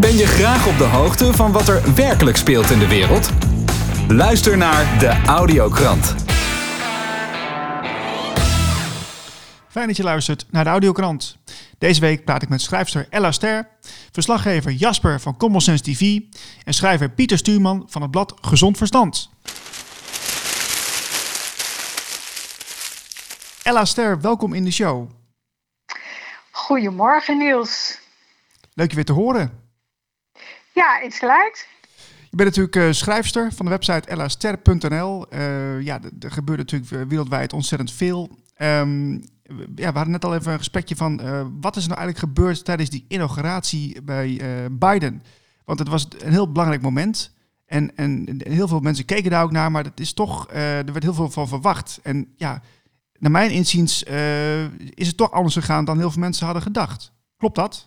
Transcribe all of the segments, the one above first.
Ben je graag op de hoogte van wat er werkelijk speelt in de wereld? Luister naar de Audiokrant. Fijn dat je luistert naar de Audiokrant. Deze week praat ik met schrijfster Ella Ster, verslaggever Jasper van Common Sense TV en schrijver Pieter Stuurman van het blad Gezond Verstand. Ella Ster, welkom in de show. Goedemorgen Niels. Leuk je weer te horen. Ja, insgelijks. Je bent natuurlijk schrijfster van de website ellaster.nl. Er gebeurt natuurlijk wereldwijd ontzettend veel. We hadden net al even een gesprekje van wat is er nou eigenlijk gebeurd tijdens die inauguratie bij Biden. Want het was een heel belangrijk moment. En heel veel mensen keken daar ook naar, maar het is toch, er werd heel veel van verwacht. En ja, naar mijn inziens is het toch anders gegaan dan heel veel mensen hadden gedacht. Klopt dat?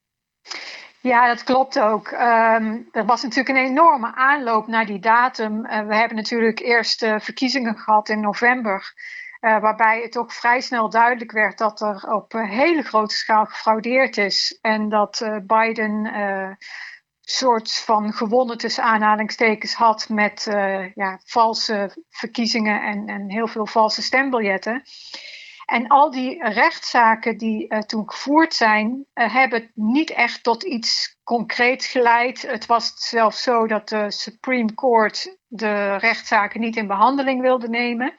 Ja, dat klopt ook. Er was natuurlijk een enorme aanloop naar die datum. We hebben natuurlijk eerst verkiezingen gehad in november. Waarbij het ook vrij snel duidelijk werd dat er op hele grote schaal gefraudeerd is. En dat Biden soort van gewonnen tussen aanhalingstekens had met valse verkiezingen en heel veel valse stembiljetten. En al die rechtszaken die toen gevoerd zijn, hebben niet echt tot iets concreets geleid. Het was zelfs zo dat de Supreme Court de rechtszaken niet in behandeling wilde nemen.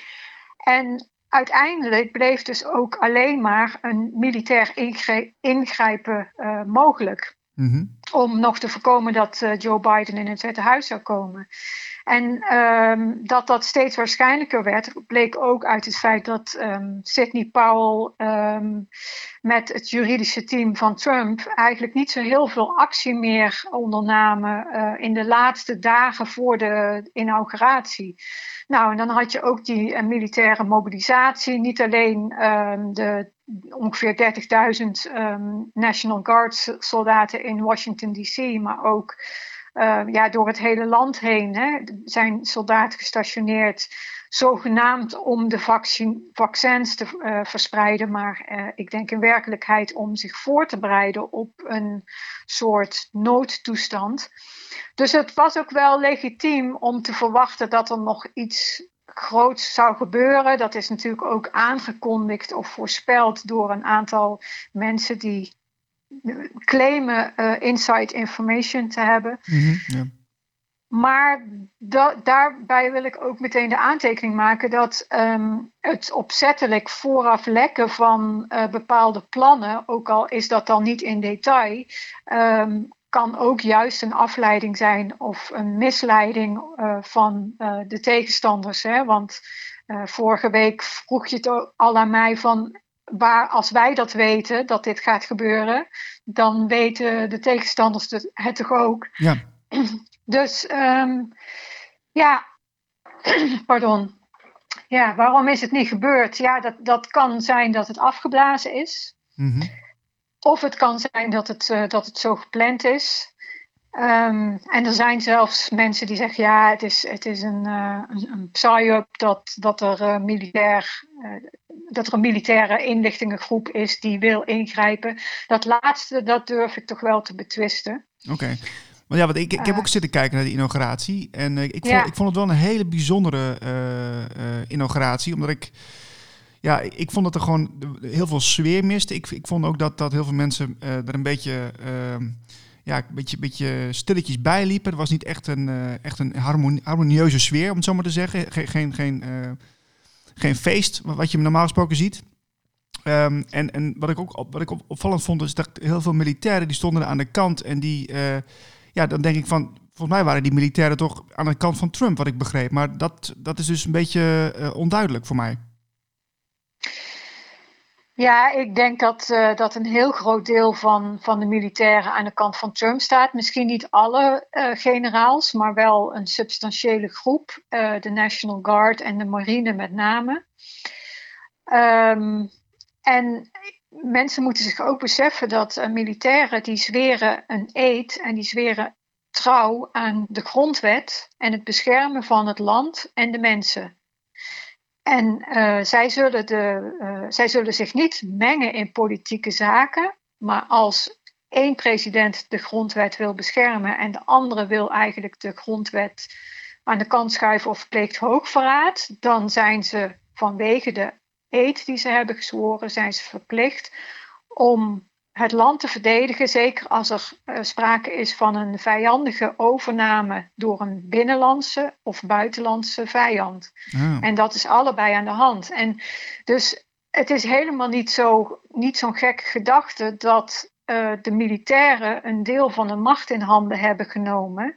En uiteindelijk bleef dus ook alleen maar een militair ingrijpen mogelijk. Mm-hmm. Om nog te voorkomen dat Joe Biden in het Witte Huis zou komen. En dat steeds waarschijnlijker werd, bleek ook uit het feit dat Sidney Powell met het juridische team van Trump eigenlijk niet zo heel veel actie meer ondernamen in de laatste dagen voor de inauguratie. Nou, en dan had je ook die militaire mobilisatie. Niet alleen de ongeveer 30.000 National Guard soldaten in Washington D.C., maar ook door het hele land heen zijn soldaten gestationeerd, zogenaamd om de vaccins te verspreiden, maar ik denk in werkelijkheid om zich voor te bereiden op een soort noodtoestand. Dus het was ook wel legitiem om te verwachten dat er nog iets groots zou gebeuren. Dat is natuurlijk ook aangekondigd of voorspeld door een aantal mensen die claimen inside information te hebben. Mm-hmm, ja. Maar daarbij wil ik ook meteen de aantekening maken dat het opzettelijk vooraf lekken van bepaalde plannen, ook al is dat dan niet in detail, kan ook juist een afleiding zijn of een misleiding van de tegenstanders. Hè? Want vorige week vroeg je het al aan mij van, als wij dat weten, dat dit gaat gebeuren, dan weten de tegenstanders het toch ook. Ja. Dus pardon. Ja, waarom is het niet gebeurd? Ja, dat kan zijn dat het afgeblazen is. Mm-hmm. Of het kan zijn dat het zo gepland is. En er zijn zelfs mensen die zeggen, ja, het is een psyop dat er een militaire inlichtingengroep is die wil ingrijpen. Dat laatste, dat durf ik toch wel te betwisten. Oké. Want ja, want ik heb ook zitten kijken naar die inauguratie. En ik vond het wel een hele bijzondere inauguratie. Omdat ik vond dat er gewoon heel veel sfeer miste. Ik vond ook dat heel veel mensen er een beetje stilletjes bij liepen. Er was niet echt een harmonieuze sfeer, om het zo maar te zeggen. Geen feest, wat je normaal gesproken ziet. En wat ik opvallend vond, is dat heel veel militairen die stonden aan de kant. En die, dan denk ik van, volgens mij waren die militairen toch aan de kant van Trump, wat ik begreep. Maar dat is dus een beetje onduidelijk voor mij. Ja, ik denk dat een heel groot deel van de militairen aan de kant van Trump staat. Misschien niet alle generaals, maar wel een substantiële groep. De National Guard en de marine met name. En mensen moeten zich ook beseffen dat militairen die zweren een eed en die zweren trouw aan de grondwet en het beschermen van het land en de mensen. En zij zullen zich niet mengen in politieke zaken, maar als één president de grondwet wil beschermen en de andere wil eigenlijk de grondwet aan de kant schuiven of pleegt hoogverraad, dan zijn ze vanwege de eed die ze hebben gezworen, zijn ze verplicht om het land te verdedigen, zeker als er sprake is van een vijandige overname door een binnenlandse of buitenlandse vijand. En dat is allebei aan de hand. En dus het is helemaal niet zo'n gekke gedachte dat de militairen een deel van de macht in handen hebben genomen.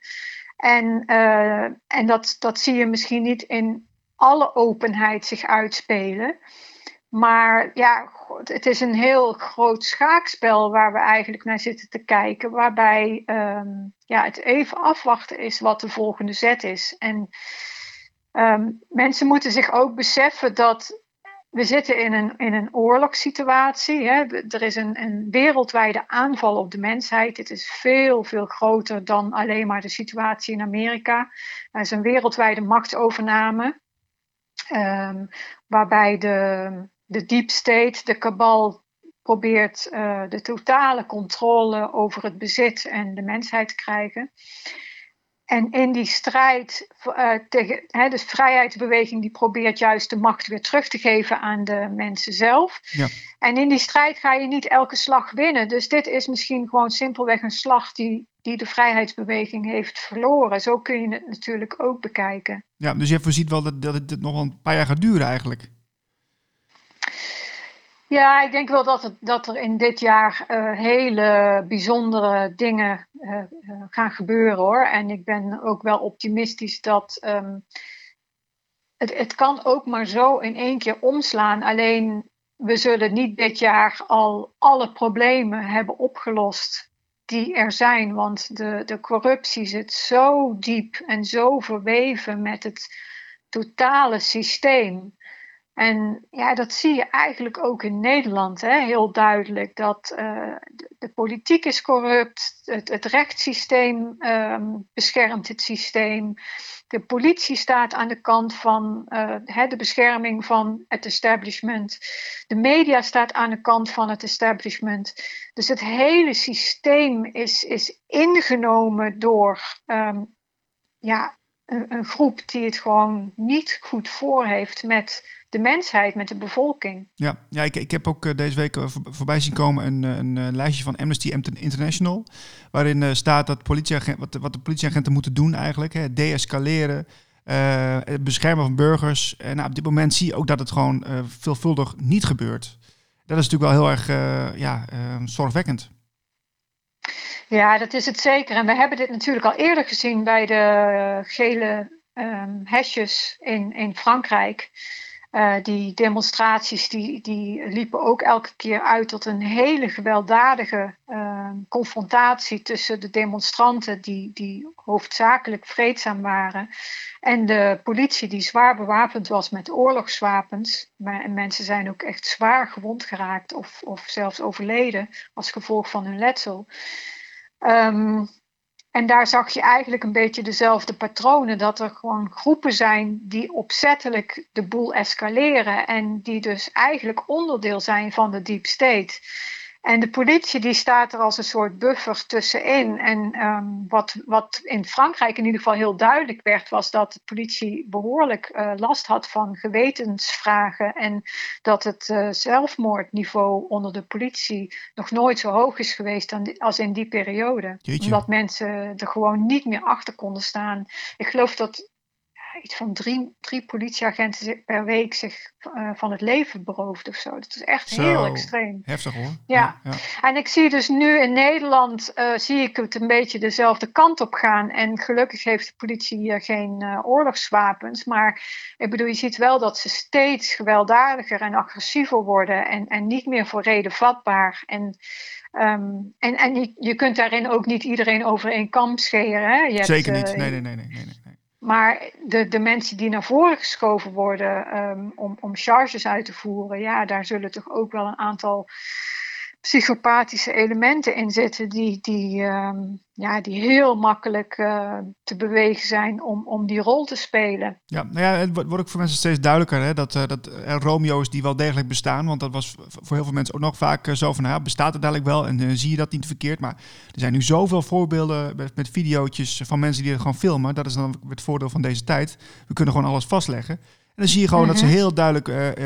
En dat zie je misschien niet in alle openheid zich uitspelen. Maar ja, het is een heel groot schaakspel waar we eigenlijk naar zitten te kijken. Waarbij het even afwachten is wat de volgende zet is. En mensen moeten zich ook beseffen dat we zitten in een oorlogssituatie. Hè. Er is een wereldwijde aanval op de mensheid. Het is veel, veel groter dan alleen maar de situatie in Amerika. Er is een wereldwijde machtsovername. Waarbij de deep state, de kabal, probeert de totale controle over het bezit en de mensheid te krijgen. En in die strijd tegen de vrijheidsbeweging, die probeert juist de macht weer terug te geven aan de mensen zelf. Ja. En in die strijd ga je niet elke slag winnen. Dus dit is misschien gewoon simpelweg een slag die de vrijheidsbeweging heeft verloren. Zo kun je het natuurlijk ook bekijken. Ja, dus je voorziet wel dat het nog wel een paar jaar gaat duren eigenlijk. Ja, ik denk wel dat er in dit jaar hele bijzondere dingen gaan gebeuren hoor. En ik ben ook wel optimistisch dat het kan ook maar zo in één keer omslaan. Alleen we zullen niet dit jaar al alle problemen hebben opgelost die er zijn. Want de corruptie zit zo diep en zo verweven met het totale systeem. En ja, dat zie je eigenlijk ook in Nederland heel duidelijk. Dat de politiek is corrupt, het rechtssysteem beschermt het systeem. De politie staat aan de kant van de bescherming van het establishment. De media staat aan de kant van het establishment. Dus het hele systeem is ingenomen door een groep die het gewoon niet goed voor heeft met de mensheid, met de bevolking. Ja, ik heb ook deze week voorbij zien komen een lijstje van Amnesty International, waarin staat dat wat de politieagenten moeten doen eigenlijk, deescaleren, het beschermen van burgers. En op dit moment zie je ook dat het gewoon veelvuldig niet gebeurt. Dat is natuurlijk wel heel erg zorgwekkend. Ja, dat is het zeker. En we hebben dit natuurlijk al eerder gezien bij de gele hesjes in Frankrijk. Die demonstraties die liepen ook elke keer uit tot een hele gewelddadige confrontatie tussen de demonstranten die hoofdzakelijk vreedzaam waren en de politie die zwaar bewapend was met oorlogswapens. En mensen zijn ook echt zwaar gewond geraakt of zelfs overleden als gevolg van hun letsel. En daar zag je eigenlijk een beetje dezelfde patronen. Dat er gewoon groepen zijn die opzettelijk de boel escaleren. En die dus eigenlijk onderdeel zijn van de deep state. En de politie die staat er als een soort buffer tussenin. En wat in Frankrijk in ieder geval heel duidelijk werd, was dat de politie behoorlijk last had van gewetensvragen. En dat het zelfmoordniveau onder de politie nog nooit zo hoog is geweest als in die periode. Jeetje. Omdat mensen er gewoon niet meer achter konden staan. Ik geloof dat iets van drie politieagenten per week zich van het leven beroofd of zo. Dat is echt heel extreem. Heftig hoor. Ja. En ik zie dus nu in Nederland, zie ik het een beetje dezelfde kant op gaan. En gelukkig heeft de politie geen oorlogswapens. Maar ik bedoel, je ziet wel dat ze steeds gewelddadiger en agressiever worden. En niet meer voor reden vatbaar. En je kunt daarin ook niet iedereen over één kam scheren. Hè? Zeker niet. Nee. Maar de mensen die naar voren geschoven worden om charges uit te voeren, ja, daar zullen toch ook wel een aantal psychopathische elementen in zitten die heel makkelijk te bewegen zijn om die rol te spelen. Ja, nou ja, het wordt ook voor mensen steeds duidelijker hè, dat er Romeo's die wel degelijk bestaan. Want dat was voor heel veel mensen ook nog vaak zo van, bestaat het eigenlijk wel en zie je dat niet verkeerd. Maar er zijn nu zoveel voorbeelden met videootjes van mensen die het gewoon filmen. Dat is dan het voordeel van deze tijd. We kunnen gewoon alles vastleggen. En dan zie je gewoon dat ze heel duidelijk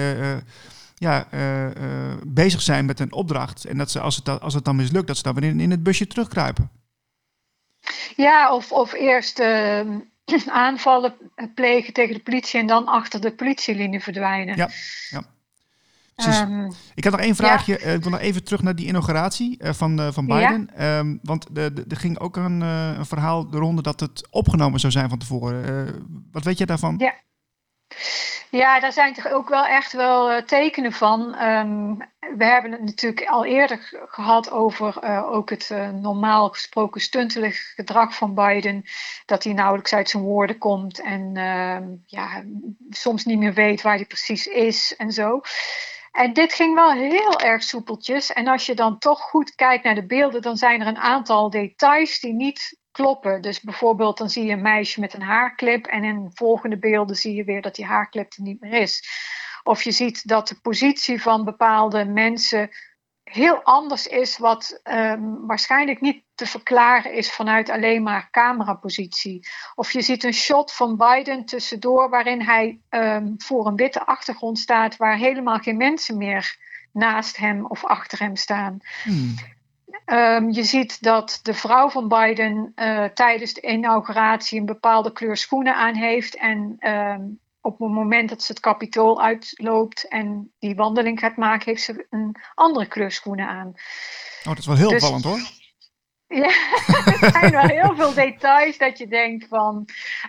bezig zijn met een opdracht. En dat ze, als het dan mislukt, dat ze dan weer in het busje terugkruipen. Ja, of eerst aanvallen plegen tegen de politie en dan achter de politielinie verdwijnen. Ja. Ik had nog één vraagje. Ik wil nog even terug naar die inauguratie van Biden. Ja. Want er ging ook een verhaal de ronde dat het opgenomen zou zijn van tevoren. Wat weet je daarvan? Ja, daar zijn toch ook wel echt tekenen van. We hebben het natuurlijk al eerder gehad over ook het normaal gesproken stuntelig gedrag van Biden. Dat hij nauwelijks uit zijn woorden komt en soms niet meer weet waar hij precies is en zo. En dit ging wel heel erg soepeltjes. En als je dan toch goed kijkt naar de beelden, dan zijn er een aantal details die niet kloppen. Dus bijvoorbeeld dan zie je een meisje met een haarclip en in volgende beelden zie je weer dat die haarclip er niet meer is. Of je ziet dat de positie van bepaalde mensen heel anders is, wat waarschijnlijk niet te verklaren is vanuit alleen maar camerapositie. Of je ziet een shot van Biden tussendoor waarin hij voor een witte achtergrond staat waar helemaal geen mensen meer naast hem of achter hem staan. Je ziet dat de vrouw van Biden tijdens de inauguratie een bepaalde kleur schoenen aan heeft en op het moment dat ze het Capitool uitloopt en die wandeling gaat maken, heeft ze een andere kleur schoenen aan. Oh, dat is wel heel opvallend hoor. Ja, er zijn wel heel veel details dat je denkt van...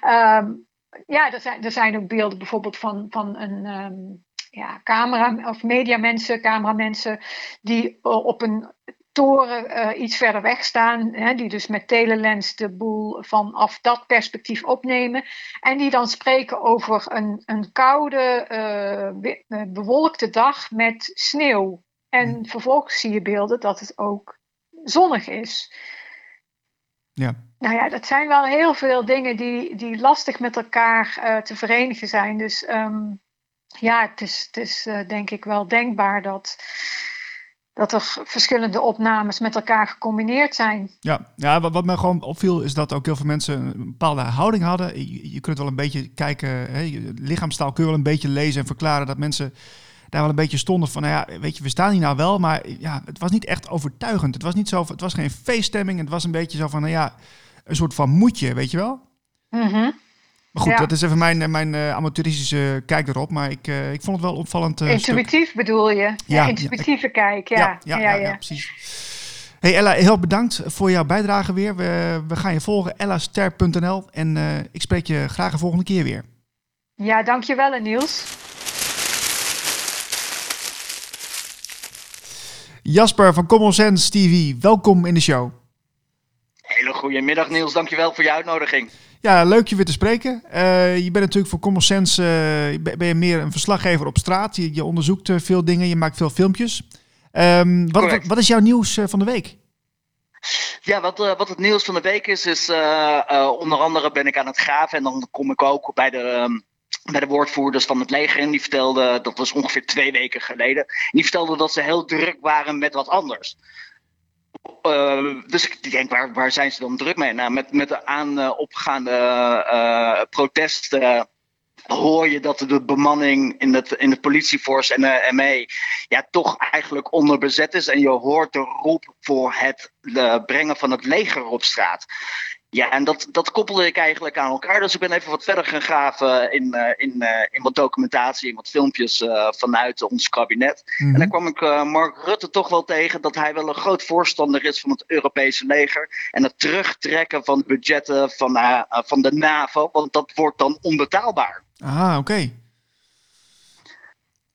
er zijn ook beelden bijvoorbeeld van een camera- of cameramensen die op een toren iets verder weg staan, die dus met telelens de boel vanaf dat perspectief opnemen en die dan spreken over een koude, bewolkte dag met sneeuw. En vervolgens zie je beelden dat het ook zonnig is. Ja. Nou ja, dat zijn wel heel veel dingen die lastig met elkaar te verenigen zijn. Dus het is denk ik wel denkbaar dat er verschillende opnames met elkaar gecombineerd zijn. Ja, wat mij gewoon opviel is dat ook heel veel mensen een bepaalde houding hadden. Je kunt wel een beetje kijken, je lichaamstaal kun je wel een beetje lezen en verklaren dat mensen daar wel een beetje stonden van, weet je, we staan hier nou wel, maar het was niet echt overtuigend. Het was geen feeststemming, het was een beetje zo van, een soort van moedje, weet je wel? Mm-hmm. Maar goed, dat is even mijn amateuristische kijk erop. Maar ik vond het wel opvallend. Intuïtief bedoel je? Ja, intuïtieve kijk. Ja, precies. Hey Ella, heel bedankt voor jouw bijdrage weer. We gaan je volgen, ellaster.nl. En ik spreek je graag de volgende keer weer. Ja, dankjewel Niels. Jasper van Common Sense TV, welkom in de show. Hele goede middag Niels, dankjewel voor je uitnodiging. Ja, leuk je weer te spreken. Je bent natuurlijk voor Common Sense ben je meer een verslaggever op straat. Je onderzoekt veel dingen, je maakt veel filmpjes. Wat is jouw nieuws van de week? Ja, wat het nieuws van de week is onder andere ben ik aan het graven en dan kom ik ook bij de woordvoerders van het leger en die vertelden, dat was ongeveer 2 weken geleden, en die vertelden dat ze heel druk waren met wat anders. Dus ik denk, waar zijn ze dan druk mee? Nou, met de opgaande protesten hoor je dat de bemanning in de politieforce en de ME toch eigenlijk onderbezet is. En je hoort de roep voor het brengen van het leger op straat. Ja, en dat koppelde ik eigenlijk aan elkaar. Dus ik ben even wat verder gaan graven in wat documentatie, in wat filmpjes vanuit ons kabinet. Mm-hmm. En dan kwam ik Mark Rutte toch wel tegen dat hij wel een groot voorstander is van het Europese leger. En het terugtrekken van de budgetten van de NAVO, want dat wordt dan onbetaalbaar. Ah, oké.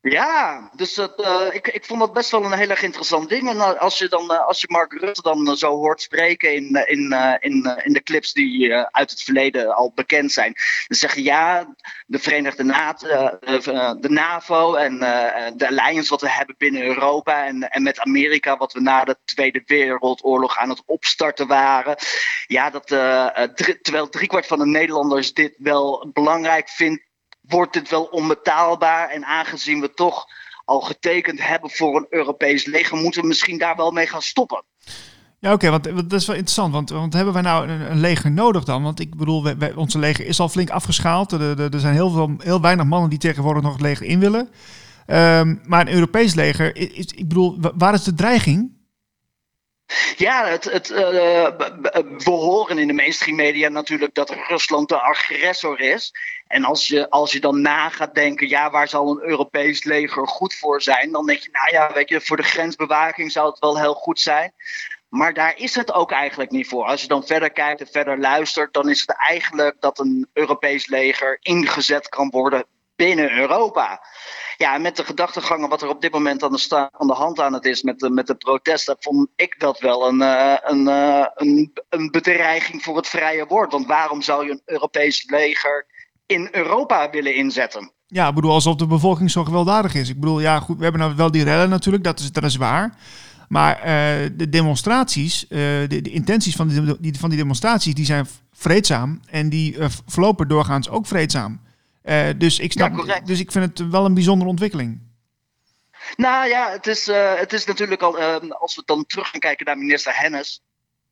Ja, dus ik vond dat best wel een heel erg interessant ding. En als je Mark Rutte dan zo hoort spreken in de clips die uit het verleden al bekend zijn, dan zeg je ja, de Verenigde Naties, de NAVO en de alliance wat we hebben binnen Europa en met Amerika wat we na de Tweede Wereldoorlog aan het opstarten waren. Ja, terwijl 3/4 van de Nederlanders dit wel belangrijk vindt, wordt dit wel onbetaalbaar. En aangezien we toch al getekend hebben voor een Europees leger, moeten we misschien daar wel mee gaan stoppen. Ja, oké, want dat is wel interessant. Want hebben wij nou een leger nodig dan? Want ik bedoel, onze leger is al flink afgeschaald. Er zijn heel weinig mannen die tegenwoordig nog het leger in willen. Maar een Europees leger, ik bedoel, waar is de dreiging? Ja, we horen in de mainstream media natuurlijk dat Rusland de agressor is. En als je dan na gaat denken, ja, waar zal een Europees leger goed voor zijn? Dan denk je, nou ja, weet je, voor de grensbewaking zou het wel heel goed zijn. Maar daar is het ook eigenlijk niet voor. Als je dan verder kijkt en verder luistert, dan is het eigenlijk dat een Europees leger ingezet kan worden binnen Europa. Ja, met de gedachtegangen wat er op dit moment aan de hand aan het is met de protesten, vond ik dat wel een bedreiging voor het vrije woord. Want waarom zou je een Europees leger in Europa willen inzetten? Ja, ik bedoel, alsof de bevolking zo gewelddadig is. Ik bedoel, ja goed, we hebben nou wel die rellen natuurlijk, dat is waar. Maar de demonstraties, de intenties van die demonstraties, die zijn vreedzaam. En die verlopen doorgaans ook vreedzaam. Dus ik vind het wel een bijzondere ontwikkeling. Nou ja, het is natuurlijk al, als we dan terug gaan kijken naar minister Hennis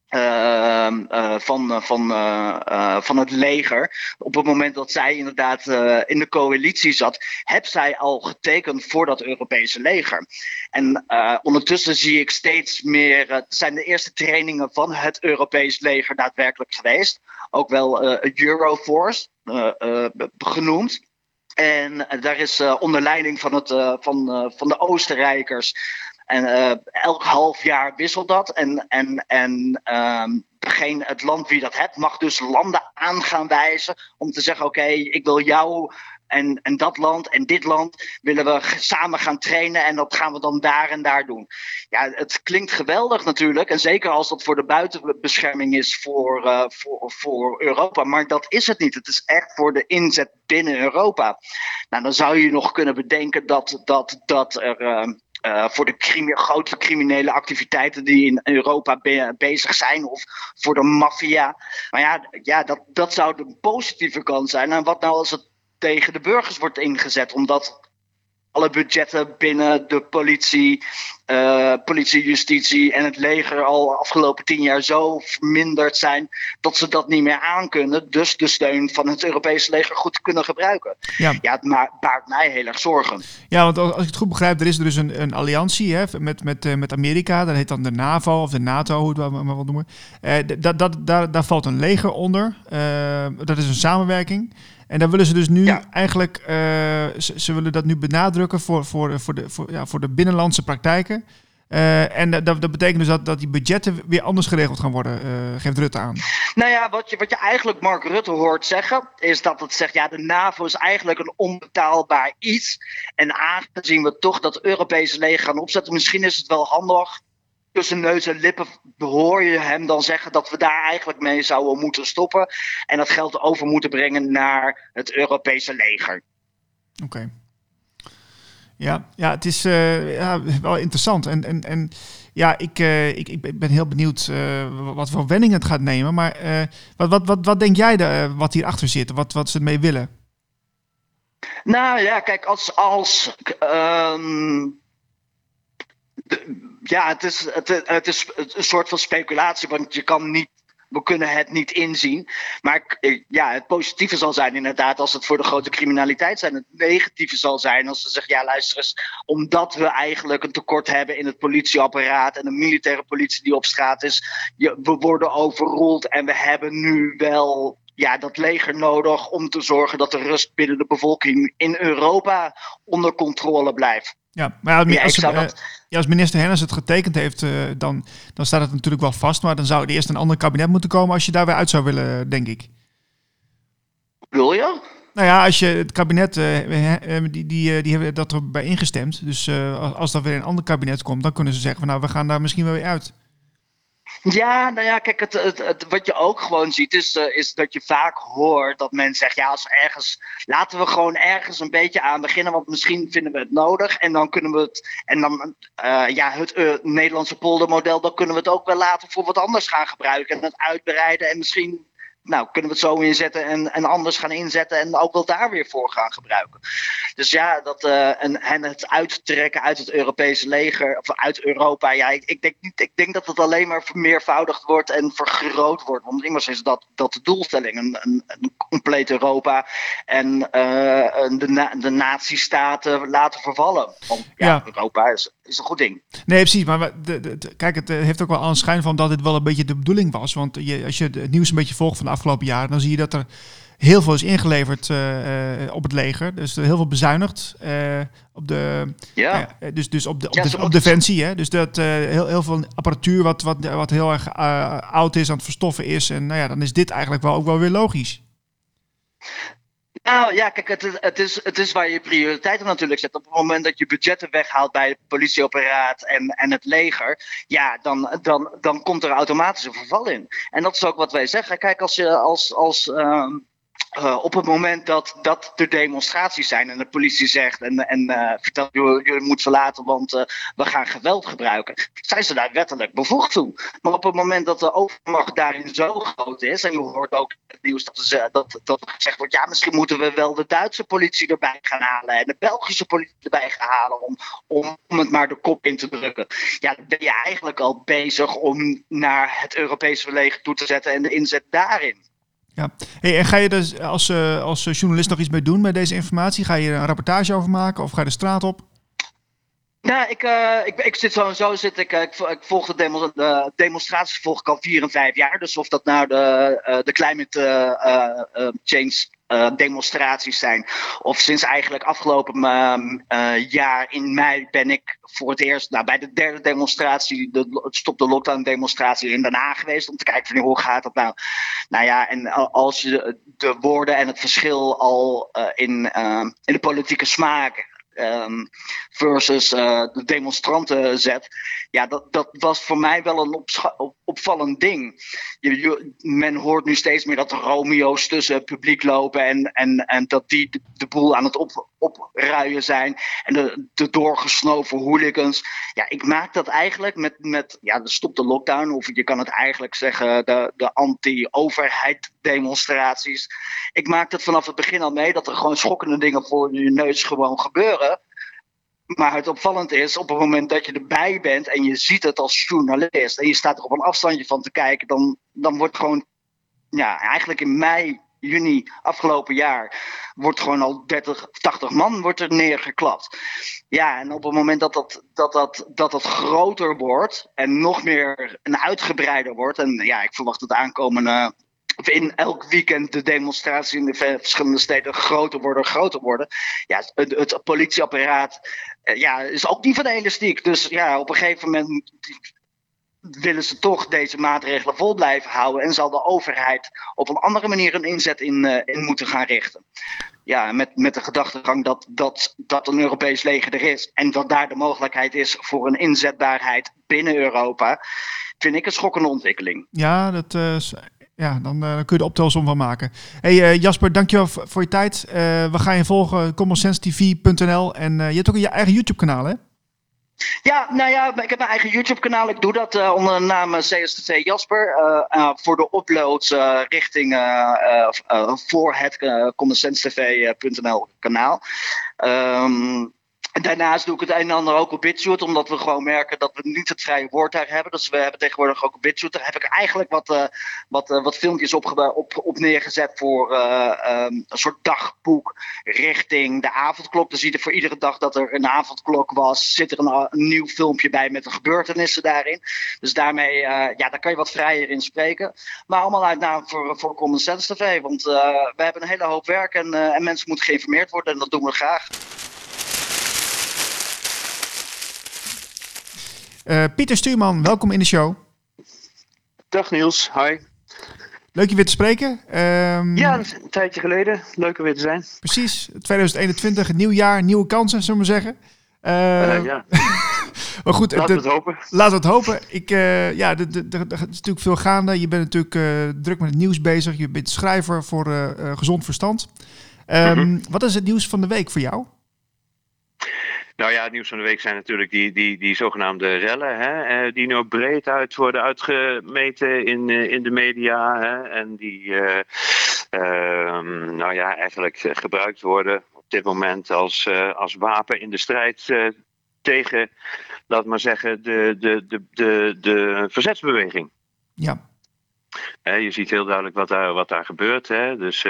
van het leger. Op het moment dat zij inderdaad in de coalitie zat, heeft zij al getekend voor dat Europese leger. En ondertussen zie ik steeds meer, zijn de eerste trainingen van het Europees leger daadwerkelijk geweest. Ook wel Euroforce genoemd. En daar is onder leiding van de Oostenrijkers. En elk half jaar wisselt dat. Het land wie dat hebt mag dus landen aan gaan wijzen om te zeggen, oké, ik wil jou en dat land en dit land willen we samen gaan trainen en dat gaan we dan daar en daar doen. Ja, het klinkt geweldig natuurlijk en zeker als dat voor de buitenbescherming is voor Europa, maar dat is het niet. Het is echt voor de inzet binnen Europa. Nou, dan zou je nog kunnen bedenken dat er voor de grote criminele activiteiten die in Europa bezig zijn of voor de maffia. Maar ja, dat zou de positieve kant zijn. En wat nou als het tegen de burgers wordt ingezet, omdat alle budgetten binnen de politie, justitie en het leger al afgelopen 10 jaar zo verminderd zijn dat ze dat niet meer aankunnen. Dus de steun van het Europese leger goed kunnen gebruiken. Ja, het baart mij heel erg zorgen. Ja, want als ik het goed begrijp, er is dus een alliantie met Amerika. Dat heet dan de NAVO of de NATO, hoe het maar wat noemen. Daar valt een leger onder. Dat is een samenwerking. En daar willen ze dus nu eigenlijk, ze willen dat nu benadrukken voor de binnenlandse praktijken. En dat betekent dus dat die budgetten weer anders geregeld gaan worden, geeft Rutte aan. Nou ja, wat je eigenlijk Mark Rutte hoort zeggen, is dat het zegt, ja, de NAVO is eigenlijk een onbetaalbaar iets. En aangezien we toch dat Europese leger gaan opzetten, misschien is het wel handig. Tussen neus en lippen hoor je hem dan zeggen dat we daar eigenlijk mee zouden moeten stoppen. En dat geld over moeten brengen naar het Europese leger. Oké. Ja, het is wel interessant. En ja, ik ben heel benieuwd wat voor wending het gaat nemen. Maar wat denk jij wat hierachter zit? Wat ze ermee willen? Nou ja, kijk, het is een soort van speculatie, want we kunnen het niet inzien. Maar het positieve zal zijn inderdaad als het voor de grote criminaliteit zijn. Het negatieve zal zijn als ze zeggen, ja luister eens, omdat we eigenlijk een tekort hebben in het politieapparaat en de militaire politie die op straat is. We worden overroeld en we hebben nu wel dat leger nodig om te zorgen dat de rust binnen de bevolking in Europa onder controle blijft. Ja, maar als minister Hennis het getekend heeft, dan staat het natuurlijk wel vast. Maar dan zou er eerst een ander kabinet moeten komen als je daar weer uit zou willen, denk ik. Wil je? Nou ja, als je het kabinet, die hebben dat erbij ingestemd. Dus als er weer een ander kabinet komt, dan kunnen ze zeggen van nou, we gaan daar misschien wel weer uit. Ja, nou ja, kijk, wat je ook gewoon ziet is dat je vaak hoort dat mensen zeggen, ja, laten we gewoon ergens een beetje aan beginnen, want misschien vinden we het nodig en dan kunnen we het Nederlandse poldermodel, dan kunnen we het ook wel later voor wat anders gaan gebruiken en het uitbreiden en misschien kunnen we het zo inzetten en anders gaan inzetten en ook wel daar weer voor gaan gebruiken. Dus ja, en het uittrekken uit het Europese leger, of uit Europa, ja, ik denk dat het alleen maar vermeervoudigd wordt en vergroot wordt. Want immers is dat de doelstelling, een compleet Europa en de nazistaten laten vervallen. Want Europa is een goed ding. Nee, precies. Maar kijk, het heeft ook wel aan schijn van dat dit wel een beetje de bedoeling was. Want als je het nieuws een beetje volgt van de afgelopen jaren, dan zie je dat er heel veel is ingeleverd op het leger. Dus heel veel bezuinigd op de, dus op defensie. Hè? Dus dat heel veel apparatuur wat heel erg oud is, aan het verstoffen is. En dan is dit eigenlijk ook wel weer logisch. Nou ja, kijk, het is waar je prioriteiten natuurlijk zet. Op het moment dat je budgetten weghaalt bij het politieapparaat en het leger, ja, dan komt er automatisch een verval in. En dat is ook wat wij zeggen. Kijk, op het moment dat er demonstraties zijn en de politie zegt en vertelt jullie moeten verlaten, want we gaan geweld gebruiken, zijn ze daar wettelijk bevoegd toe. Maar op het moment dat de overmacht daarin zo groot is, en je hoort ook het nieuws dat gezegd wordt, ja, misschien moeten we wel de Duitse politie erbij gaan halen en de Belgische politie erbij gaan halen om het maar de kop in te drukken. Ja, dan ben je eigenlijk al bezig om naar het Europese leger toe te zetten en de inzet daarin. Ja. Hey, en ga je dus als journalist nog iets mee doen met deze informatie? Ga je er een rapportage over maken of ga je de straat op? Nou, ik zit sowieso. Ik volg de demonstraties volg ik al 4 en 5 jaar. Dus of dat nou de climate change demonstraties zijn. Of sinds eigenlijk afgelopen jaar in mei ben ik voor het eerst bij de derde demonstratie, het Stop de Lockdown demonstratie in Den Haag geweest. Om te kijken van hoe gaat dat nou. Nou ja, en als je de woorden en het verschil al in de politieke smaak versus de demonstranten zet. Ja, dat was voor mij wel een opvallend ding. Men hoort nu steeds meer dat er Romeo's tussen het publiek lopen en dat die de boel aan het opruien zijn. En de doorgesnoven hooligans. Ja, ik maak dat eigenlijk met de Stop de Lockdown, of je kan het eigenlijk zeggen de anti-overheid demonstraties. Ik maak dat vanaf het begin al mee dat er gewoon schokkende dingen voor je neus gewoon gebeuren. Maar het opvallend is, op het moment dat je erbij bent en je ziet het als journalist en je staat er op een afstandje van te kijken, dan wordt gewoon, ja, eigenlijk in mei, juni afgelopen jaar, wordt gewoon al 80 man wordt er neergeklapt. Ja, en op het moment dat groter wordt en nog meer en uitgebreider wordt, en ja, ik verwacht het aankomende in elk weekend de demonstraties in de verschillende steden groter worden. Ja, het politieapparaat is ook niet van de elastiek. Dus ja, op een gegeven moment willen ze toch deze maatregelen vol blijven houden en zal de overheid op een andere manier een inzet in moeten gaan richten. Ja, met de gedachtegang dat een Europees leger er is en dat daar de mogelijkheid is voor een inzetbaarheid binnen Europa, vind ik een schokkende ontwikkeling. Ja, dat is... Ja, dan kun je de optelsom van maken. Hey Jasper, dankjewel voor je tijd. We gaan je volgen, commonsensetv.nl. En je hebt ook je eigen YouTube-kanaal, hè? Ja, nou ja, ik heb mijn eigen YouTube-kanaal. Ik doe dat onder de naam CSTV Jasper. Voor de uploads richting voor het commonsensTV.nl kanaal. Daarnaast doe ik het een en ander ook op BitChute, omdat we gewoon merken dat we niet het vrije woord daar hebben. Dus we hebben tegenwoordig ook op BitChute. Daar heb ik eigenlijk wat filmpjes op neergezet voor een soort dagboek richting de avondklok. Dus voor iedere dag dat er een avondklok was, zit er een nieuw filmpje bij met de gebeurtenissen daarin. Dus daarmee, daar kan je wat vrijer in spreken. Maar allemaal uit naam voor Common Sense TV, want we hebben een hele hoop werk en mensen moeten geïnformeerd worden en dat doen we graag. Pieter Stuurman, welkom in de show. Dag Niels, hi. Leuk je weer te spreken. Ja, een tijdje geleden. Leuk er weer te zijn. Precies. 2021, een nieuw jaar, nieuwe kansen, zullen we maar zeggen. Ja. Maar goed, Laten we het hopen. Laten we het hopen. Er is natuurlijk veel gaande. Je bent natuurlijk druk met het nieuws bezig. Je bent schrijver voor Gezond Verstand. Wat is het nieuws van de week voor jou? Nou ja, het nieuws van de week zijn natuurlijk die zogenaamde rellen. Hè, die nu breed uit worden uitgemeten in de media. Hè, en die eigenlijk gebruikt worden op dit moment als wapen in de strijd tegen, laat maar zeggen, de verzetsbeweging. Ja. Je ziet heel duidelijk wat daar gebeurt. Hè. Dus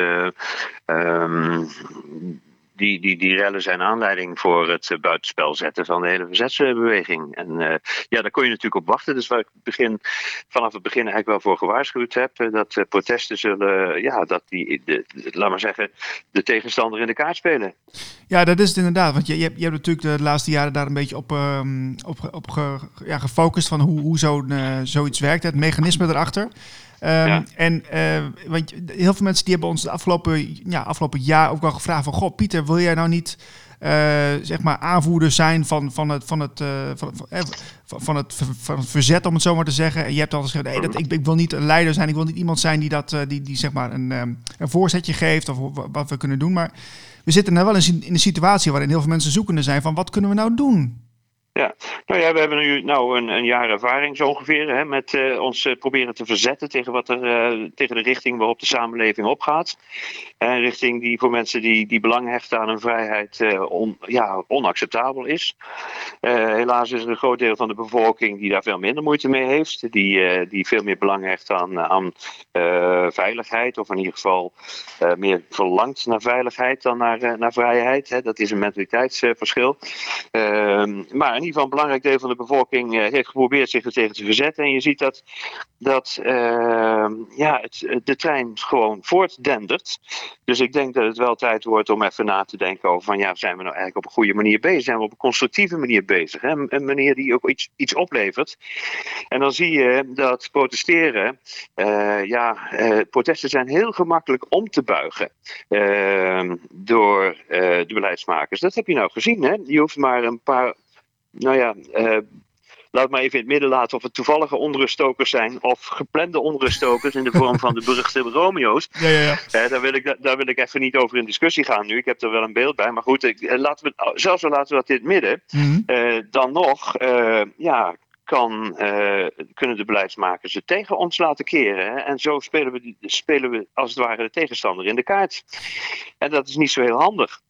die rellen zijn aanleiding voor het buitenspel zetten van de hele verzetsbeweging. En daar kon je natuurlijk op wachten. Dus waar ik vanaf het begin eigenlijk wel voor gewaarschuwd heb, dat protesten zullen, laat maar zeggen, de tegenstander in de kaart spelen. Ja, dat is het inderdaad. Want je hebt natuurlijk de laatste jaren daar een beetje op gefocust van hoe zoiets werkt. Het mechanisme erachter. Want heel veel mensen die hebben ons de afgelopen jaar ook wel gevraagd van, goh, Pieter, wil jij nou niet aanvoerder zijn van het verzet, om het zo maar te zeggen? En je hebt altijd gezegd, ik wil niet een leider zijn, ik wil niet iemand zijn die zeg maar een voorzetje geeft of wat we kunnen doen. Maar we zitten nou wel in een situatie waarin heel veel mensen zoekende zijn van, wat kunnen we nou doen? Ja, we hebben nu een jaar ervaring zo ongeveer met ons proberen te verzetten tegen tegen de richting waarop de samenleving opgaat. Een richting die voor mensen die belang hechten aan hun vrijheid onacceptabel is. Helaas is er een groot deel van de bevolking die daar veel minder moeite mee heeft. Die veel meer belang hecht aan veiligheid, of in ieder geval meer verlangt naar veiligheid dan naar vrijheid. Dat is een mentaliteitsverschil. Maar in ieder geval een belangrijk deel van de bevolking heeft geprobeerd zich er tegen te verzetten. En je ziet dat de trein gewoon voortdendert. Dus ik denk dat het wel tijd wordt om even na te denken over van, zijn we nou eigenlijk op een goede manier bezig? Zijn we op een constructieve manier bezig? Hè? Een manier die ook iets oplevert. En dan zie je dat protesteren, protesten zijn heel gemakkelijk om te buigen door de beleidsmakers. Dat heb je nou gezien. Hè? Je hoeft maar een paar, laat maar even in het midden laten of het toevallige onruststokers zijn of geplande onruststokers in de vorm van de beruchte Romeo's. Ja. Daar wil ik even niet over in discussie gaan nu. Ik heb er wel een beeld bij. Maar goed, laten we dat in het midden. Dan nog, kunnen de beleidsmakers het tegen ons laten keren. Hè? En zo spelen we als het ware de tegenstander in de kaart. En dat is niet zo heel handig.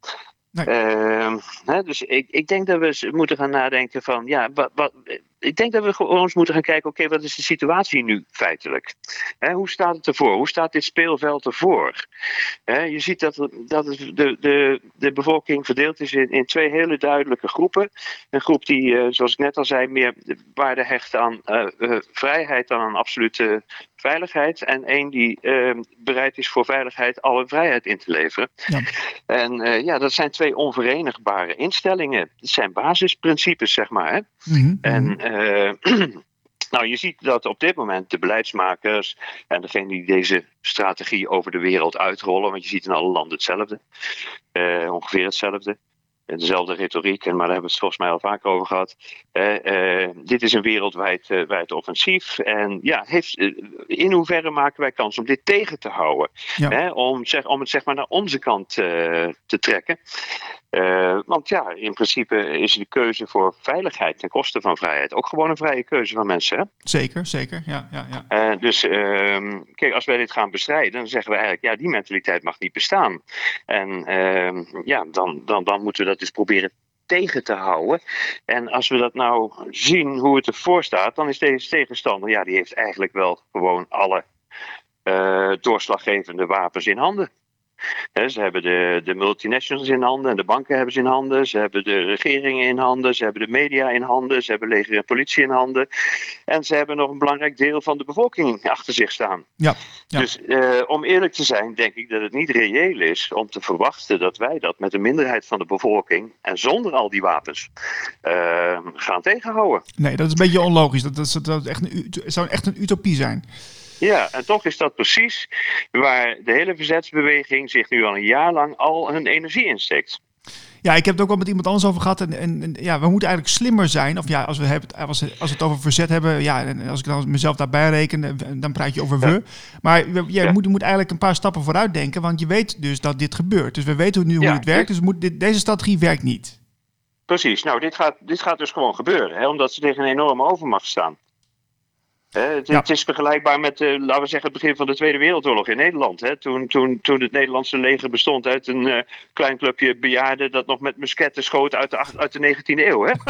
Nee. Dus ik denk dat we moeten gaan nadenken van, ik denk dat we gewoon eens moeten gaan kijken, oké, wat is de situatie nu feitelijk? Hoe staat het ervoor? Hoe staat dit speelveld ervoor? Je ziet dat de bevolking verdeeld is in twee hele duidelijke groepen. Een groep die, zoals ik net al zei, meer waarde hecht aan vrijheid dan aan absolute veiligheid. En één die bereid is voor veiligheid alle vrijheid in te leveren. Ja. En dat zijn twee onverenigbare instellingen. Het zijn basisprincipes, zeg maar. Hè? Mm-hmm. En je ziet dat op dit moment de beleidsmakers en degenen die deze strategie over de wereld uitrollen, want je ziet in alle landen hetzelfde, ongeveer hetzelfde. Dezelfde retoriek, maar daar hebben we het volgens mij al vaker over gehad. Dit is een wereldwijd offensief. En in hoeverre maken wij kans om dit tegen te houden? Ja. Om het zeg maar naar onze kant te trekken. Want in principe is de keuze voor veiligheid ten koste van vrijheid ook gewoon een vrije keuze van mensen. Hè? Zeker. Ja. Dus kijk, als wij dit gaan bestrijden, dan zeggen we eigenlijk, die mentaliteit mag niet bestaan. En dan moeten we dat dus proberen tegen te houden. En als we dat nou zien hoe het ervoor staat, dan is deze tegenstander, die heeft eigenlijk wel gewoon alle doorslaggevende wapens in handen. Ze hebben de multinationals in handen en de banken hebben ze in handen. Ze hebben de regeringen in handen. Ze hebben de media in handen. Ze hebben leger en politie in handen. En ze hebben nog een belangrijk deel van de bevolking achter zich staan. Ja. Dus om eerlijk te zijn, denk ik dat het niet reëel is om te verwachten dat wij dat met een minderheid van de bevolking en zonder al die wapens gaan tegenhouden. Nee, dat is een beetje onlogisch. Dat zou echt een utopie zijn. Ja, en toch is dat precies waar de hele verzetsbeweging zich nu al een jaar lang al hun energie in steekt. Ja, ik heb het ook wel met iemand anders over gehad. En ja, we moeten eigenlijk slimmer zijn. Of ja, als we het over verzet hebben. Ja, en als ik dan mezelf daarbij reken, dan praat je over we. Maar je moet eigenlijk een paar stappen vooruit denken. Want je weet dus dat dit gebeurt. Dus we weten nu hoe het werkt. Dus deze strategie werkt niet. Precies. Nou, dit gaat dus gewoon gebeuren. Hè, omdat ze tegen een enorme overmacht staan. Het is vergelijkbaar met, laten we zeggen, het begin van de Tweede Wereldoorlog in Nederland. Hè? Toen het Nederlandse leger bestond uit een klein clubje bejaarden dat nog met musketten schoot uit de 19e eeuw. Hè?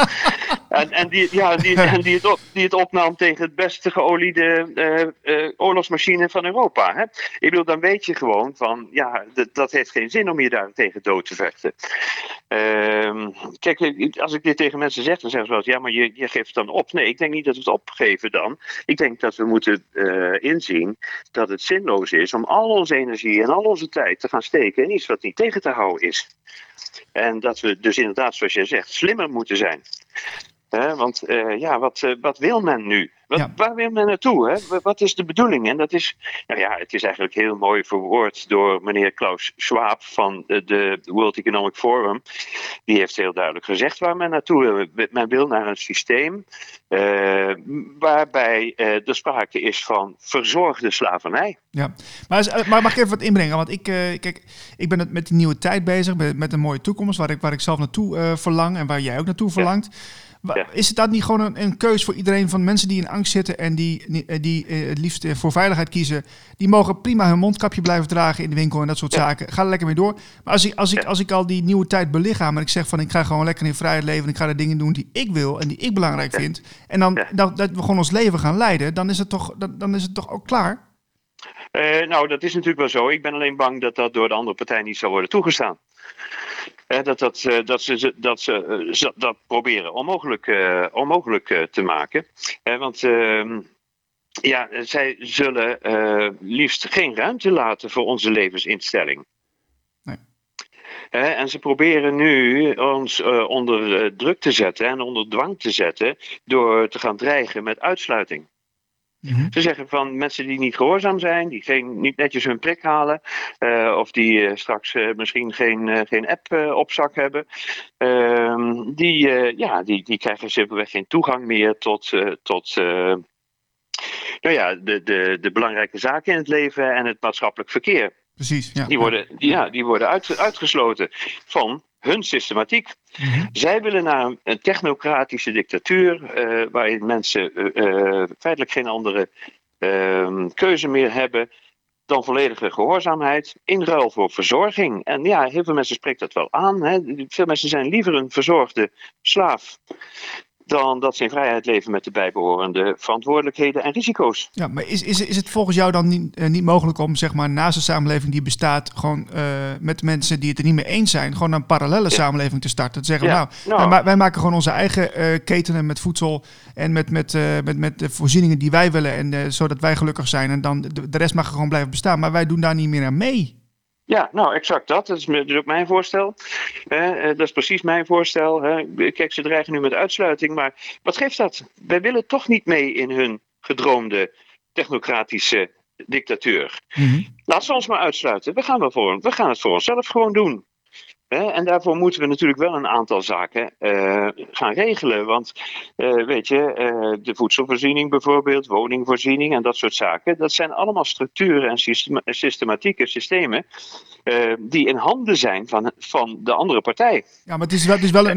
die het opnam tegen het beste geoliede oorlogsmachine van Europa. Hè? Ik bedoel, dan weet je gewoon van, ja, dat heeft geen zin om je daar tegen dood te vechten. Kijk, als ik dit tegen mensen zeg, dan zeggen ze wel eens, ja, maar je geeft het dan op. Nee, ik denk niet dat we het opgeven dan. Ik denk dat we moeten inzien dat het zinloos is om al onze energie en al onze tijd te gaan steken in iets wat niet tegen te houden is. En dat we dus inderdaad, zoals jij zegt, slimmer moeten zijn. Want wat wil men nu? Waar wil men naartoe? Hè? Wat is de bedoeling? En dat is, het is eigenlijk heel mooi verwoord door meneer Klaus Schwab van de World Economic Forum. Die heeft heel duidelijk gezegd waar men naartoe wil. Men wil naar een systeem waarbij er sprake is van verzorgde slavernij. Ja, maar mag ik even wat inbrengen? Want ik ben met die nieuwe tijd bezig, met een mooie toekomst waar ik zelf naartoe verlang en waar jij ook naartoe verlangt. Ja. Is het dat niet gewoon een keus voor iedereen van mensen die in angst zitten en die het liefst voor veiligheid kiezen? Die mogen prima hun mondkapje blijven dragen in de winkel en dat soort zaken. Ga er lekker mee door. Maar als ik al die nieuwe tijd belichaam en ik zeg van ik ga gewoon lekker in vrijheid leven en ik ga de dingen doen die ik wil en die ik belangrijk vind. En dan dat we gewoon ons leven gaan leiden, dan is het toch ook klaar? Dat is natuurlijk wel zo. Ik ben alleen bang dat dat door de andere partij niet zal worden toegestaan. Dat ze dat proberen onmogelijk te maken. Want zij zullen liefst geen ruimte laten voor onze levensinstelling. Nee. En ze proberen nu ons onder druk te zetten en onder dwang te zetten door te gaan dreigen met uitsluiting. Mm-hmm. Ze zeggen van mensen die niet gehoorzaam zijn, die niet netjes hun plek halen, of die straks misschien geen app op zak hebben, die krijgen simpelweg geen toegang meer tot de belangrijke zaken in het leven en het maatschappelijk verkeer. Precies. Ja. Die worden uitgesloten van hun systematiek. Mm-hmm. Zij willen naar een technocratische dictatuur waarin mensen feitelijk geen andere keuze meer hebben dan volledige gehoorzaamheid in ruil voor verzorging. En ja, heel veel mensen spreekt dat wel aan. Hè. Veel mensen zijn liever een verzorgde slaaf dan dat ze in vrijheid leven met de bijbehorende verantwoordelijkheden en risico's. Ja, maar is het volgens jou dan niet mogelijk om, zeg maar, naast een samenleving die bestaat, gewoon met mensen die het er niet mee eens zijn, gewoon een parallele samenleving te starten? Te zeggen, wij maken gewoon onze eigen ketenen met voedsel en met de voorzieningen die wij willen, en zodat wij gelukkig zijn. En dan de rest mag gewoon blijven bestaan, maar wij doen daar niet meer aan mee. Ja, nou exact dat. Dat is ook mijn voorstel. Dat is precies mijn voorstel. Kijk, ze dreigen nu met uitsluiting, maar wat geeft dat? Wij willen toch niet mee in hun gedroomde technocratische dictatuur. Mm-hmm. Laat ze ons maar uitsluiten. We gaan het voor onszelf gewoon doen. En daarvoor moeten we natuurlijk wel een aantal zaken gaan regelen. Want de voedselvoorziening bijvoorbeeld, woningvoorziening en dat soort zaken, dat zijn allemaal structuren en systematieke systemen die in handen zijn van de andere partij. Ja, maar het is wel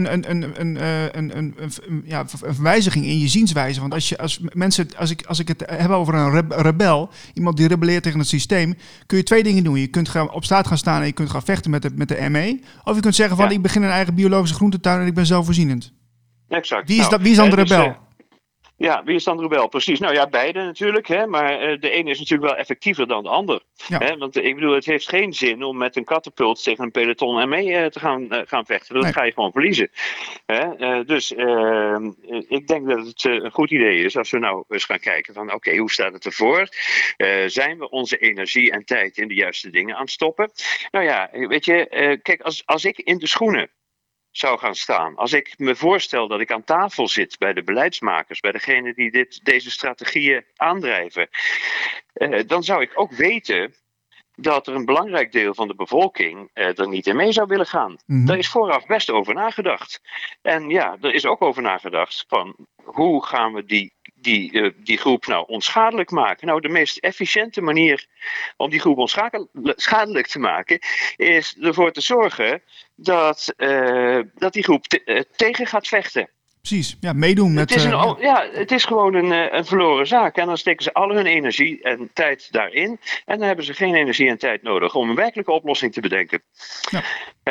een wijziging in je zienswijze. Want als ik het heb over een rebel, iemand die rebelleert tegen het systeem, kun je twee dingen doen. Je kunt op straat gaan staan en je kunt gaan vechten met de ME. Of je kunt zeggen van ik begin een eigen biologische groentetuin en ik ben zelfvoorzienend. Exact. Wie is dan de rebel? Wie is dan de rebel? Precies. Nou ja, beide natuurlijk. Hè? Maar de ene is natuurlijk wel effectiever dan de ander. Ja. Hè? Want ik bedoel, het heeft geen zin om met een katapult tegen een peloton ME te gaan vechten. Dat ga je gewoon verliezen. Hè? Dus ik denk dat het een goed idee is als we nou eens gaan kijken van oké, hoe staat het ervoor? Zijn we onze energie en tijd in de juiste dingen aan het stoppen? Nou ja, weet je, kijk, als ik in de schoenen zou gaan staan. Als ik me voorstel dat ik aan tafel zit bij de beleidsmakers, bij degenen die deze strategieën aandrijven, dan zou ik ook weten dat er een belangrijk deel van de bevolking er niet in mee zou willen gaan. Mm-hmm. Daar is vooraf best over nagedacht. En ja, er is ook over nagedacht van hoe gaan we die groep nou onschadelijk maken. Nou, de meest efficiënte manier om die groep onschadelijk te maken is ervoor te zorgen dat die groep tegen gaat vechten. Precies, ja, meedoen met... Het is gewoon een verloren zaak. En dan steken ze al hun energie en tijd daarin. En dan hebben ze geen energie en tijd nodig om een werkelijke oplossing te bedenken. Ja.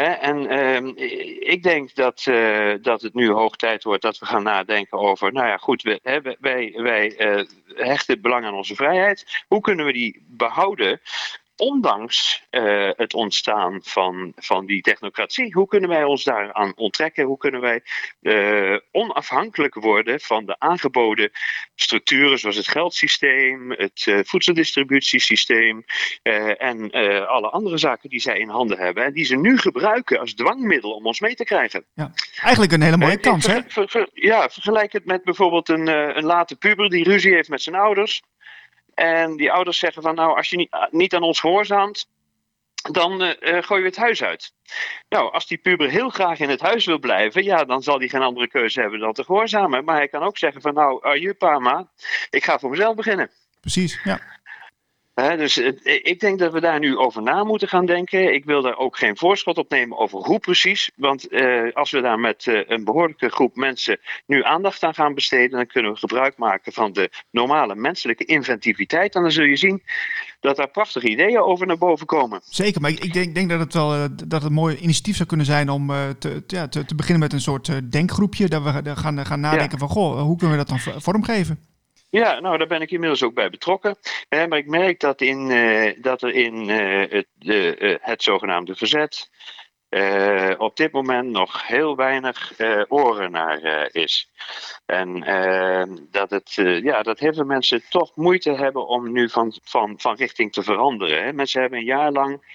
Ik denk dat het nu hoog tijd wordt dat we gaan nadenken over... Nou ja, goed, wij hechten belang aan onze vrijheid. Hoe kunnen we die behouden? Ondanks het ontstaan van die technocratie. Hoe kunnen wij ons daaraan onttrekken? Hoe kunnen wij onafhankelijk worden van de aangeboden structuren zoals het geldsysteem, het voedseldistributiesysteem en alle andere zaken die zij in handen hebben. En die ze nu gebruiken als dwangmiddel om ons mee te krijgen. Ja, eigenlijk een hele mooie kans, hè? Vergelijk het met bijvoorbeeld een late puber die ruzie heeft met zijn ouders. En die ouders zeggen van nou, als je niet aan ons gehoorzaamt, dan gooien we het huis uit. Nou, als die puber heel graag in het huis wil blijven, ja, dan zal hij geen andere keuze hebben dan te gehoorzamen. Maar hij kan ook zeggen van nou, adieu pa, ik ga voor mezelf beginnen. Precies, ja. Dus ik denk dat we daar nu over na moeten gaan denken. Ik wil daar ook geen voorschot op nemen over hoe precies. Want als we daar met een behoorlijke groep mensen nu aandacht aan gaan besteden, dan kunnen we gebruik maken van de normale menselijke inventiviteit. En dan zul je zien dat daar prachtige ideeën over naar boven komen. Zeker, maar ik denk dat het wel dat het een mooi initiatief zou kunnen zijn om te beginnen met een soort denkgroepje. Dat we gaan nadenken van, hoe kunnen we dat dan vormgeven? Ja, nou daar ben ik inmiddels ook bij betrokken. Maar ik merk dat er in het zogenaamde verzet op dit moment nog heel weinig oren naar is. En dat heel veel mensen toch moeite hebben om nu van richting te veranderen. Hè. Mensen hebben een jaar lang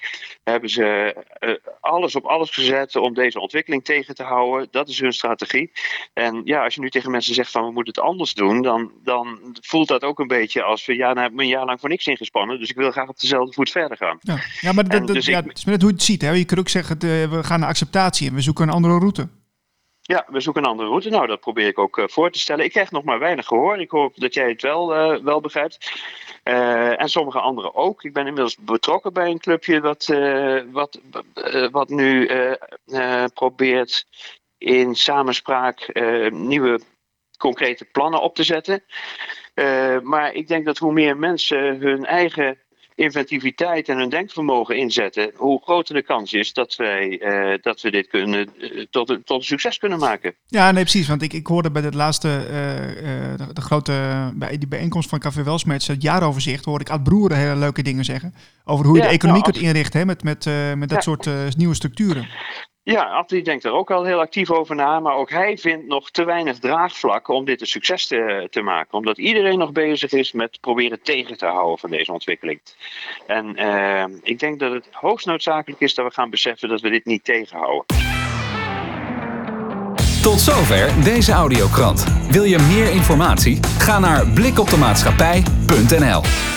alles op alles gezet om deze ontwikkeling tegen te houden. Dat is hun strategie. En ja, als je nu tegen mensen zegt van we moeten het anders doen, dan voelt dat ook een beetje als we hebben een jaar lang voor niks ingespannen. Dus ik wil graag op dezelfde voet verder gaan. Ja, maar het is net hoe je het ziet. Hè? Je kunt ook zeggen, we gaan naar acceptatie en we zoeken een andere route. Ja, we zoeken een andere route. Nou, dat probeer ik ook voor te stellen. Ik krijg nog maar weinig gehoor. Ik hoop dat jij het wel begrijpt. En sommige anderen ook. Ik ben inmiddels betrokken bij een clubje wat nu probeert in samenspraak nieuwe concrete plannen op te zetten. Maar ik denk dat hoe meer mensen hun eigen inventiviteit en hun denkvermogen inzetten, hoe groter de kans is dat we dit kunnen tot een succes kunnen maken. Ja, nee, precies. Want ik hoorde bij het laatste, bij die bijeenkomst van Café Welsmets, het jaaroverzicht, hoorde ik Ad Broeren hele leuke dingen zeggen over hoe je de economie kunt inrichten, hè, met dat soort nieuwe structuren. Ja, Ad denkt er ook al heel actief over na, maar ook hij vindt nog te weinig draagvlak om dit een succes te maken. Omdat iedereen nog bezig is met proberen tegen te houden van deze ontwikkeling. En ik denk dat het hoogst noodzakelijk is dat we gaan beseffen dat we dit niet tegenhouden. Tot zover deze audiokrant. Wil je meer informatie? Ga naar blikopdemaatschappij.nl.